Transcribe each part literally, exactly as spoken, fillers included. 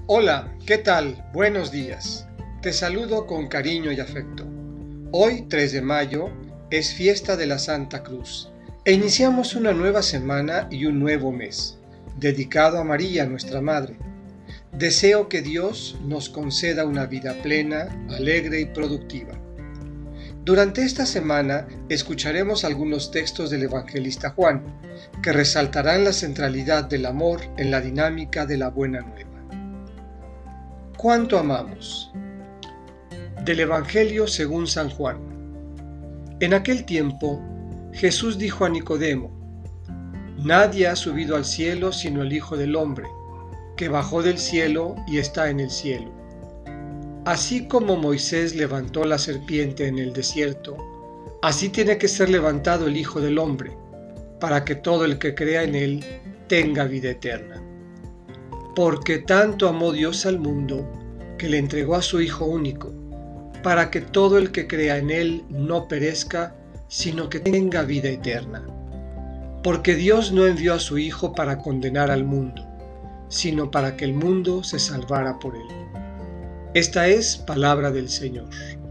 Hola, ¿qué tal? Buenos días. Te saludo con cariño y afecto. Hoy, tres de mayo, es fiesta de la Santa Cruz e iniciamos una nueva semana y un nuevo mes, dedicado a María, nuestra Madre. Deseo que Dios nos conceda una vida plena, alegre y productiva. Durante esta semana escucharemos algunos textos del evangelista Juan, que resaltarán la centralidad del amor en la dinámica de la buena nueva. ¿Cuánto amamos? Del Evangelio según San Juan. En aquel tiempo, Jesús dijo a Nicodemo: Nadie ha subido al cielo sino el Hijo del Hombre, que bajó del cielo y está en el cielo. Así como Moisés levantó la serpiente en el desierto, así tiene que ser levantado el Hijo del Hombre, para que todo el que crea en él tenga vida eterna. Porque tanto amó Dios al mundo, que le entregó a su Hijo único, para que todo el que crea en él no perezca, sino que tenga vida eterna. Porque Dios no envió a su Hijo para condenar al mundo, sino para que el mundo se salvara por él. Esta es palabra del Señor.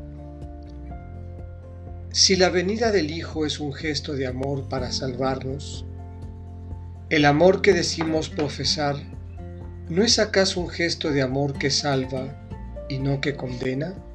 Si la venida del Hijo es un gesto de amor para salvarnos, ¿el amor que decimos profesar no es acaso un gesto de amor que salva y no que condena?